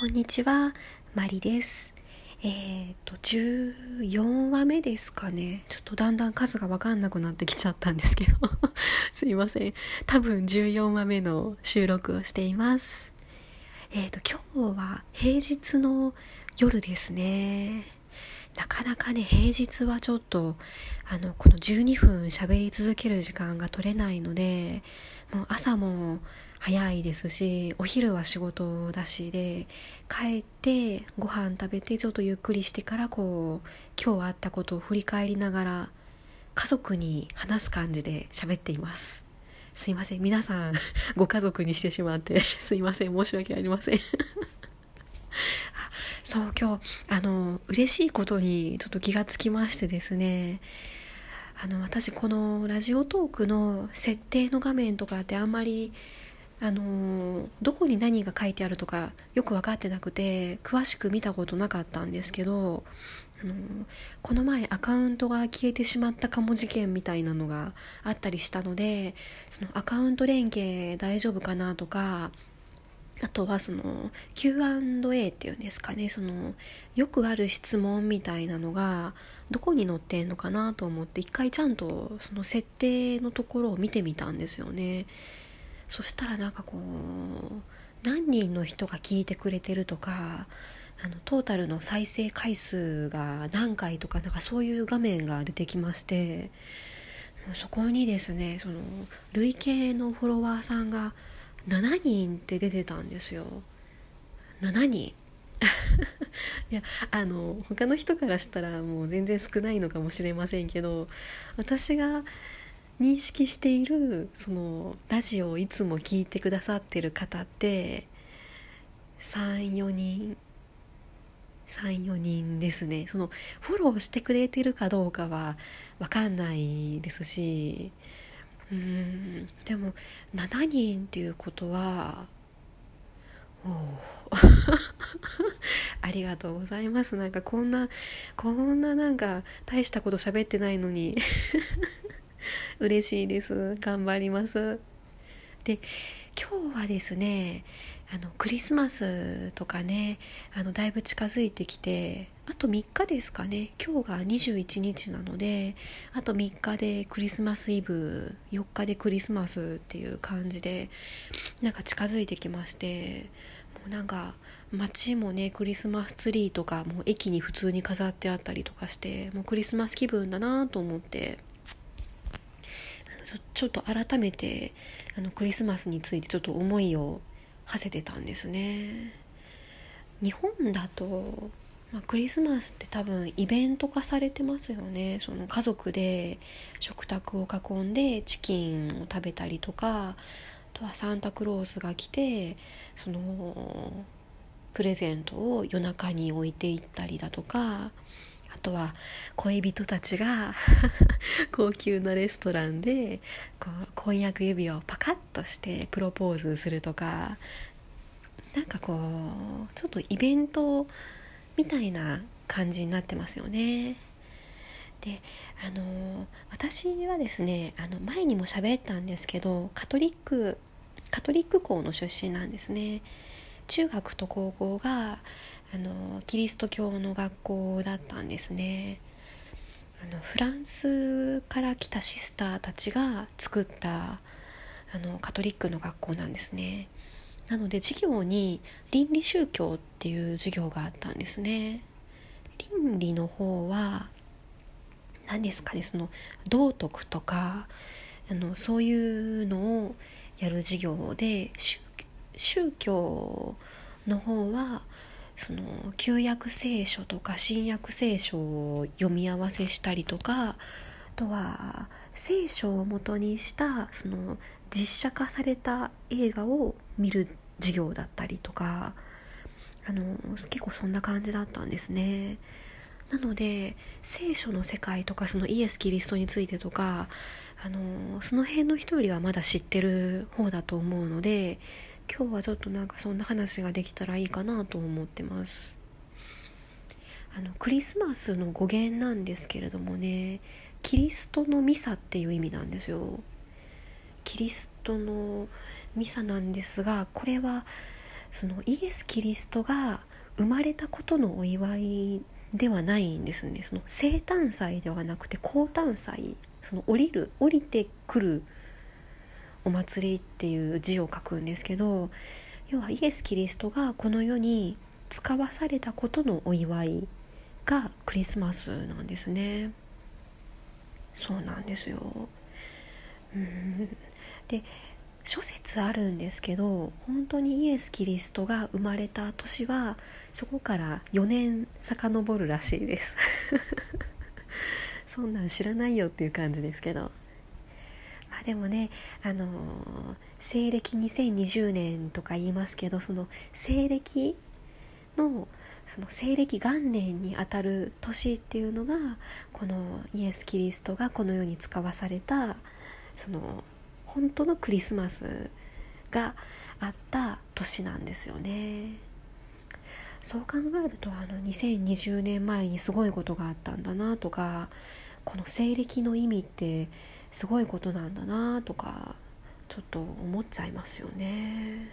こんにちは、マリです。14話目ですかね。ちょっとだんだん数が分かんなくなってきちゃったんですけどすいません。多分14話目の収録をしています。今日は平日の夜ですね。なかなかね、平日はちょっとこの12分喋り続ける時間が取れないので、もう朝も早いですし、お昼は仕事だしで、帰ってご飯食べてちょっとゆっくりしてから今日あったことを振り返りながら家族に話す感じで喋っています。すいません、皆さんご家族にしてしまってすいません、申し訳ありませんそう、今日嬉しいことにちょっと気がつきましてですね、私このラジオトークの設定の画面とかってあんまりどこに何が書いてあるとかよく分かってなくて詳しく見たことなかったんですけど、この前アカウントが消えてしまったかも事件みたいなのがあったりしたので、そのアカウント連携大丈夫かなとか、あとはその Q&A っていうんですかね、そのよくある質問みたいなのがどこに載ってんのかなと思って一回ちゃんとその設定のところを見てみたんですよね。そしたらなんか何人の人が聞いてくれてるとか、トータルの再生回数が何回とか、なんかそういう画面が出てきまして、そこにですね、その累計のフォロワーさんが7人って出てたんですよ。7人いや、他の人からしたらもう全然少ないのかもしれませんけど、私が認識しているそのラジオをいつも聞いてくださってる方って3、4人ですね。そのフォローしてくれてるかどうかは分かんないですし、でも7人っていうことはありがとうございます。なんかこんななんか大したこと喋ってないのに嬉しいです。頑張ります。で、今日はですね、クリスマスとかね、だいぶ近づいてきて、あと3日ですかね。今日が21日なので、あと3日でクリスマスイブ、4日でクリスマスっていう感じでなんか近づいてきまして、もうなんか街もね、クリスマスツリーとかもう駅に普通に飾ってあったりとかして、もうクリスマス気分だなと思って、ちょっと改めてクリスマスについてちょっと思いを馳せてたんですね。日本だと、クリスマスって多分イベント化されてますよね。その家族で食卓を囲んでチキンを食べたりとか、あとはサンタクロースが来てそのプレゼントを夜中に置いていったりだとか、あとは恋人たちが高級なレストランで婚約指輪をパカッとしてプロポーズするとか、なんかちょっとイベントみたいな感じになってますよね。で、私はですね、前にも喋ったんですけど、カトリック校の出身なんですね。中学と高校がキリスト教の学校だったんですね。フランスから来たシスターたちが作ったカトリックの学校なんですね。なので授業に倫理宗教っていう授業があったんですね。倫理の方は何ですかね、その道徳とかそういうのをやる授業で、宗教の方はその旧約聖書とか新約聖書を読み合わせしたりとか、あとは聖書を元にしたその実写化された映画を見る授業だったりとか、結構そんな感じだったんですね。なので聖書の世界とかそのイエス・キリストについてとかその辺の人よりはまだ知ってる方だと思うので、今日はちょっとなんかそんな話ができたらいいかなと思ってます。クリスマスの語源なんですけれどもね、キリストのミサっていう意味なんですよ。キリストのミサなんですが、これはそのイエス・キリストが生まれたことのお祝いではないんですね。その生誕祭ではなくて降誕祭、その降りてくるお祭りっていう字を書くんですけど、要はイエス・キリストがこの世に使わされたことのお祝いがクリスマスなんですね。そうなんですよ。で、諸説あるんですけど、本当にイエス・キリストが生まれた年はそこから4年遡るらしいですそんなん知らないよっていう感じですけど、でもね、西暦2020年とか言いますけど、その西暦のその西暦元年にあたる年っていうのが、このイエス・キリストがこの世に使わされたその本当のクリスマスがあった年なんですよね。そう考えると2020年前にすごいことがあったんだなとか、この西暦の意味ってすごいことなんだなとかちょっと思っちゃいますよね。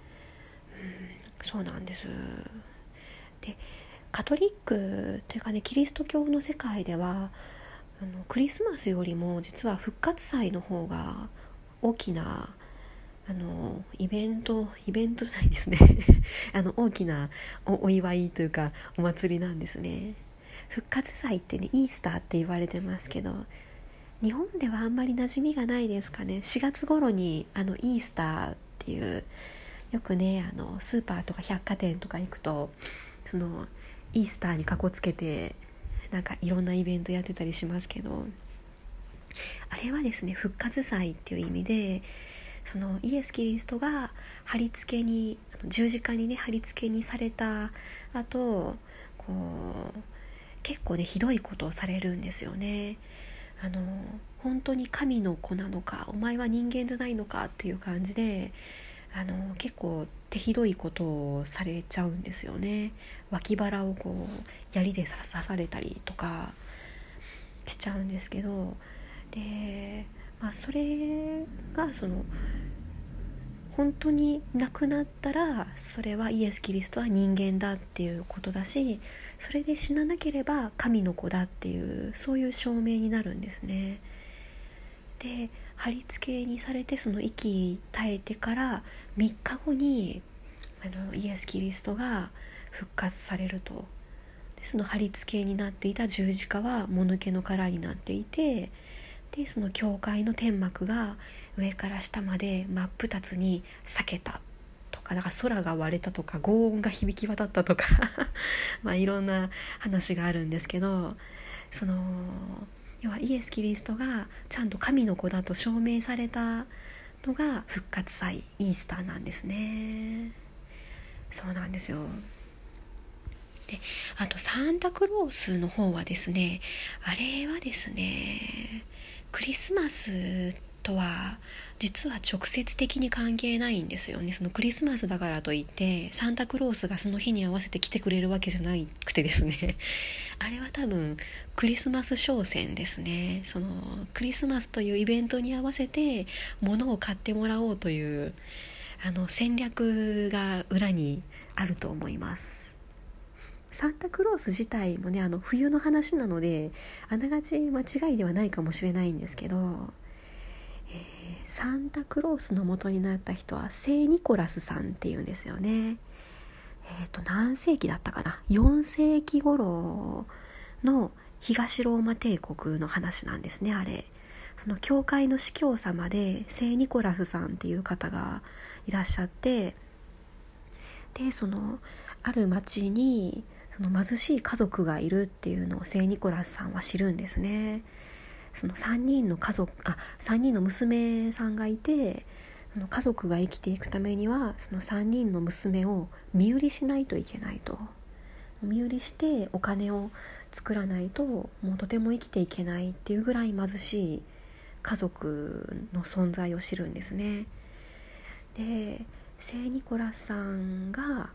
そうなんです。で、カトリックというかね、キリスト教の世界ではクリスマスよりも実は復活祭の方が大きなイベント祭ですね大きな お祝いというかお祭りなんですね。復活祭ってね、イースターって言われてますけど、日本ではあんまり馴染みがないですかね。4月頃にイースターっていう、よくねスーパーとか百貨店とか行くとそのイースターにかこつけてなんかいろんなイベントやってたりしますけど、あれはですね、復活祭っていう意味で、そのイエス・キリストが貼り付けに十字架にね貼り付けにされた後、こう結構ねひどいことをされるんですよね。本当に神の子なのか、お前は人間じゃないのかっていう感じで結構手ひどいことをされちゃうんですよね。脇腹をこう槍で刺されたりとかしちゃうんですけど、で、それがその本当に亡くなったらそれはイエス・キリストは人間だっていうことだし、それで死ななければ神の子だっていう、そういう証明になるんですね。で、貼り付けにされてその息絶えてから3日後にイエス・キリストが復活されると。で、その貼り付けになっていた十字架はもぬけの殻になっていて、でその教会の天幕が上から下まで真っ二つに裂けたとか、なんか空が割れたとか轟音が響き渡ったとかいろんな話があるんですけど、その要はイエス・キリストがちゃんと神の子だと証明されたのが復活祭イースターなんですね。そうなんですよ。で、あとサンタクロースの方はですね、あれはですね、クリスマスとは実は直接的に関係ないんですよね。そのクリスマスだからといってサンタクロースがその日に合わせて来てくれるわけじゃなくてですねあれは多分クリスマス商戦ですね。そのクリスマスというイベントに合わせて物を買ってもらおうという戦略が裏にあると思います。サンタクロース自体もね冬の話なのであながち間違いではないかもしれないんですけど、サンタクロースの元になった人は聖ニコラスさんっていうんですよね。何世紀だったかな、4世紀頃の東ローマ帝国の話なんですね。あれその教会の司教様で聖ニコラスさんっていう方がいらっしゃって、でそのある町にその貧しい家族がいるっていうのを聖ニコラスさんは知るんですね。その3人の娘さんがいて、その家族が生きていくためにはその3人の娘を身売りしないといけないと。身売りしてお金を作らないともうとても生きていけないっていうぐらい貧しい家族の存在を知るんですね。で、聖ニコラスさんが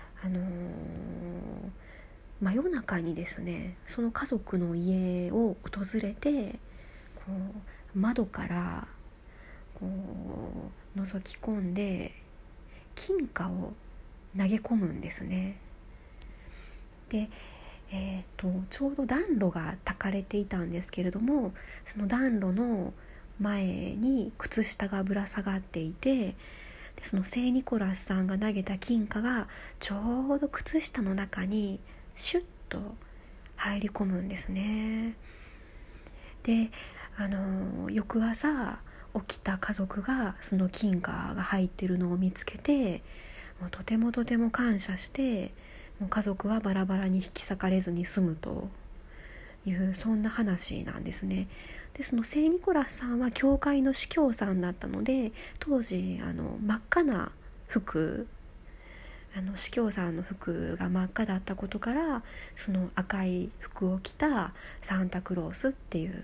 真夜中にですね、その家族の家を訪れてこう窓からこう覗き込んで金貨を投げ込むんですね。で、ちょうど暖炉が焚かれていたんですけれども、その暖炉の前に靴下がぶら下がっていて、でその聖ニコラスさんが投げた金貨がちょうど靴下の中にシュッと入り込むんですね。で、翌朝起きた家族がその金貨が入っているのを見つけて、もうとてもとても感謝して、もう家族はバラバラに引き裂かれずに済むという、そんな話なんですね。でその聖ニコラスさんは教会の司教さんだったので、当時真っ赤な服、司教さんの服が真っ赤だったことから、その赤い服を着たサンタクロースっていう、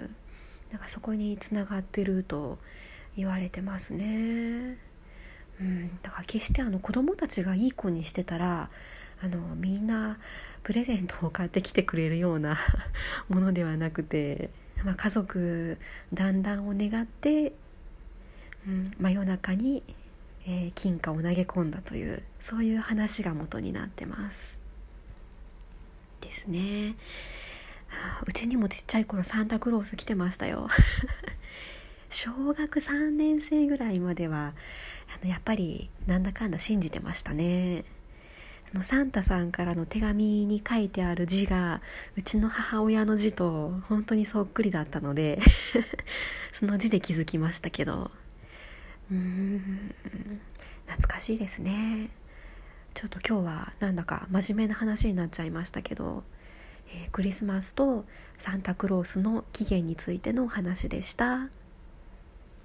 なんかそこにつながってると言われてますね。だから決して子供たちがいい子にしてたらみんなプレゼントを買ってきてくれるようなものではなくて、家族団らんを願って、真夜中に、金貨を投げ込んだという、そういう話が元になってますですね。うちにもちっちゃい頃サンタクロース来てましたよ小学3年生ぐらいまではやっぱりなんだかんだ信じてましたね。サンタさんからの手紙に書いてある字がうちの母親の字と本当にそっくりだったのでその字で気づきましたけど、懐かしいですね。ちょっと今日はなんだか真面目な話になっちゃいましたけど、クリスマスとサンタクロースの起源についてのお話でした。